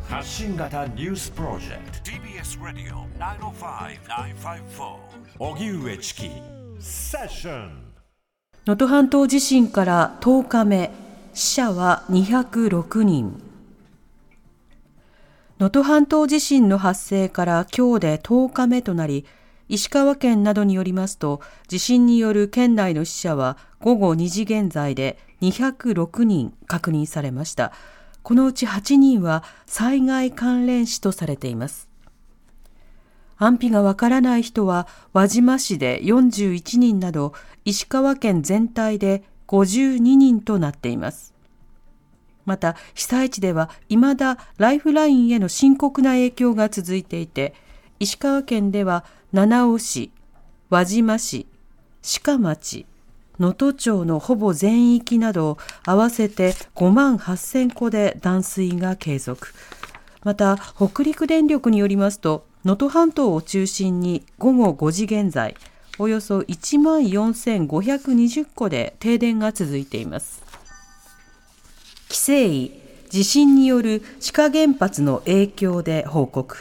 発信型ニュースプロジェクト TBS ラディオ905-954 荻上チキセッション。 能登半島地震から10日目、死者は206人。能登半島地震の発生から今日で10日目となり、石川県などによりますと、地震による県内の死者は午後2時現在で206人確認されました。このうち8人は災害関連死とされています。安否がわからない人は輪島市で41人など、石川県全体で52人となっています。また被災地では未だライフラインへの深刻な影響が続いていて、石川県では七尾市、輪島市、志賀町、能登町のほぼ全域など合わせて5万8000戸で断水が継続。また北陸電力によりますと、能登半島を中心に午後5時現在、およそ1万4520戸で停電が続いています。規制委、地震による志賀原発の影響で報告。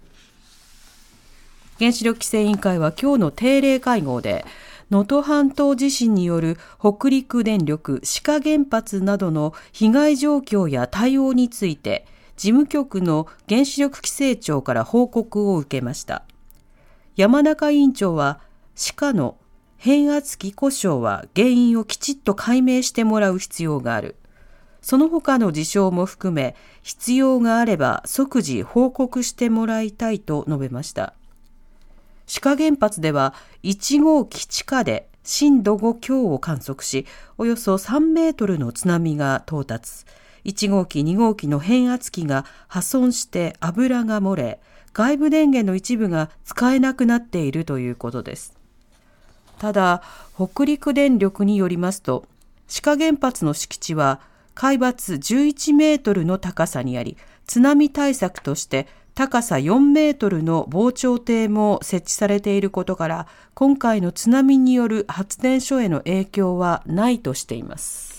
原子力規制委員会は今日の定例会合で、能登半島地震による北陸電力志賀原発などの被害状況や対応について、事務局の原子力規制庁から報告を受けました。山中委員長は、志賀の変圧器故障は原因をきちっと解明してもらう必要がある。その他の事象も含め、必要があれば即時報告してもらいたいと述べました。志賀原発では1号機地下で震度5強を観測し、およそ3メートルの津波が到達。1号機2号機の変圧器が破損して油が漏れ、外部電源の一部が使えなくなっているということです。ただ、北陸電力によりますと、志賀原発の敷地は海抜11メートルの高さにあり、津波対策として高さ4メートルの防潮堤も設置されていることから、今回の津波による発電所への影響はないとしています。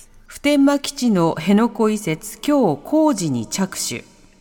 普天間基地の辺野古移設、今日工事に着手。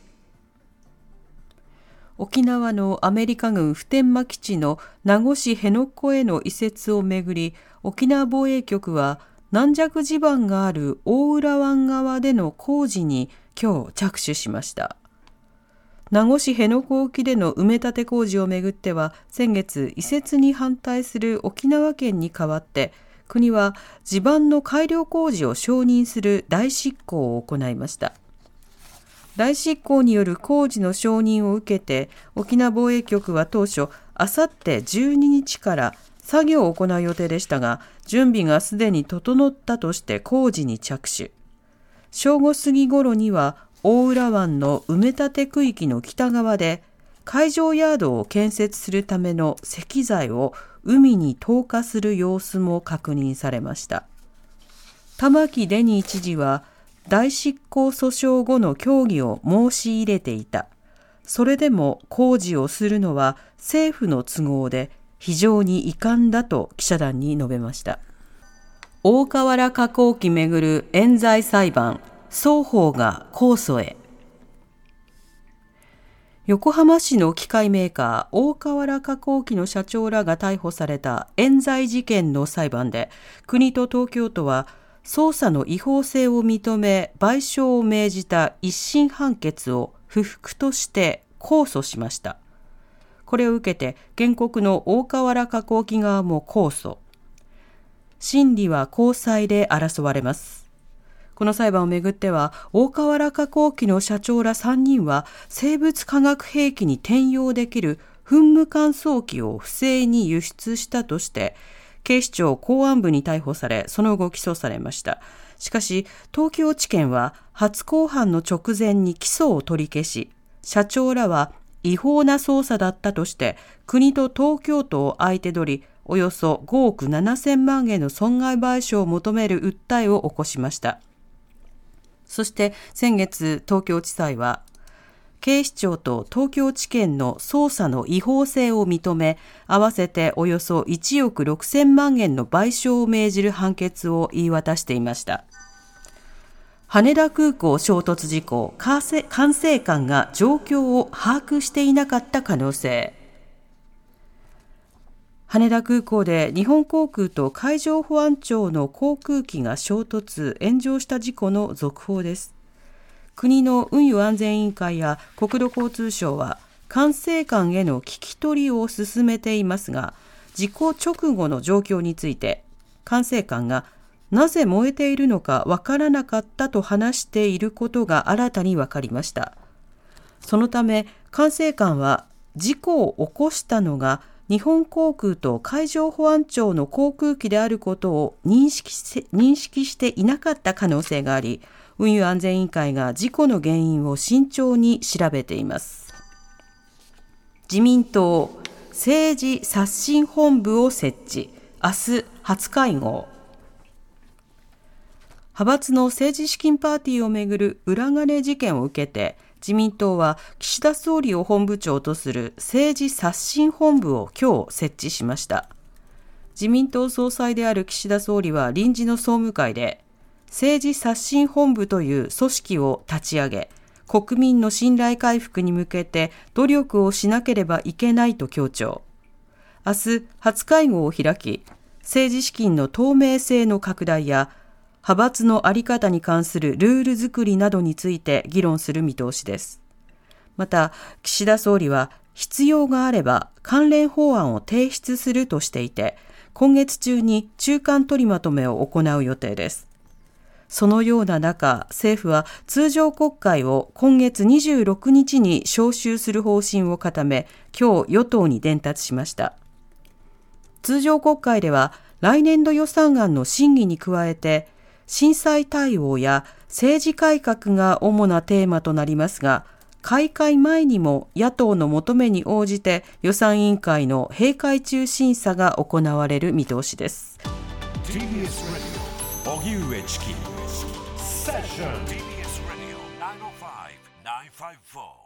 沖縄のアメリカ軍普天間基地の名護市辺野古への移設をめぐり、沖縄防衛局は軟弱地盤がある大浦湾側での工事に今日着手しました。名護市辺野古沖での埋め立て工事をめぐっては、先月移設に反対する沖縄県に代わって、国は地盤の改良工事を承認する代執行を行いました。代執行による工事の承認を受けて、沖縄防衛局は当初、あさって12日から作業を行う予定でしたが、準備がすでに整ったとして工事に着手。正午過ぎ頃には、大浦湾の埋め立て区域の北側で海上ヤードを建設するための石材を海に投下する様子も確認されました。玉城デニー知事は代執行訴訟後の協議を申し入れていた。それでも工事をするのは政府の都合で非常に遺憾だと記者団に述べました。大川原化工機めぐる冤罪裁判。双方が控訴へ。横浜市の機械メーカー大川原化工機の社長らが逮捕された冤罪事件の裁判で、国と東京都は捜査の違法性を認め賠償を命じた一審判決を不服として控訴しました。これを受けて原告の大川原化工機側も控訴。審理は高裁で争われます。この裁判をめぐっては、大川原化工機の社長ら3人は生物化学兵器に転用できる噴霧乾燥機を不正に輸出したとして、警視庁公安部に逮捕され、その後起訴されました。しかし、東京地検は初公判の直前に起訴を取り消し、社長らは違法な捜査だったとして、国と東京都を相手取り、およそ5億7000万円の損害賠償を求める訴えを起こしました。そして先月、東京地裁は警視庁と東京地検の捜査の違法性を認め、合わせておよそ1億6000万円の賠償を命じる判決を言い渡していました。 羽田空港衝突事故、管制官が状況を把握していなかった可能性。羽田空港で日本航空と海上保安庁の航空機が衝突・炎上した事故の続報です。国の運輸安全委員会や国土交通省は管制官への聞き取りを進めていますが、事故直後の状況について管制官がなぜ燃えているのかわからなかったと話していることが新たに分かりました。そのため管制官は事故を起こしたのが日本航空と海上保安庁の航空機であることを認識していなかった可能性があり、運輸安全委員会が事故の原因を慎重に調べています。自民党政治刷新本部を設置、明日初会合。派閥の政治資金パーティーをめぐる裏金事件を受けて、自民党は岸田総理を本部長とする政治刷新本部を今日設置しました。自民党総裁である岸田総理は臨時の総務会で、政治刷新本部という組織を立ち上げ、国民の信頼回復に向けて努力をしなければいけないと強調。明日初会合を開き、政治資金の透明性の拡大や派閥の在り方に関するルール作りなどについて議論する見通しです。また、岸田総理は必要があれば関連法案を提出するとしていて、今月中に中間取りまとめを行う予定です。そのような中、政府は通常国会を今月26日に召集する方針を固め、今日与党に伝達しました。通常国会では来年度予算案の審議に加えて、震災対応や政治改革が主なテーマとなりますが、開会前にも野党の求めに応じて予算委員会の閉会中審査が行われる見通しです。 TBS Radio 荻上チキセッション TBS Radio 905-954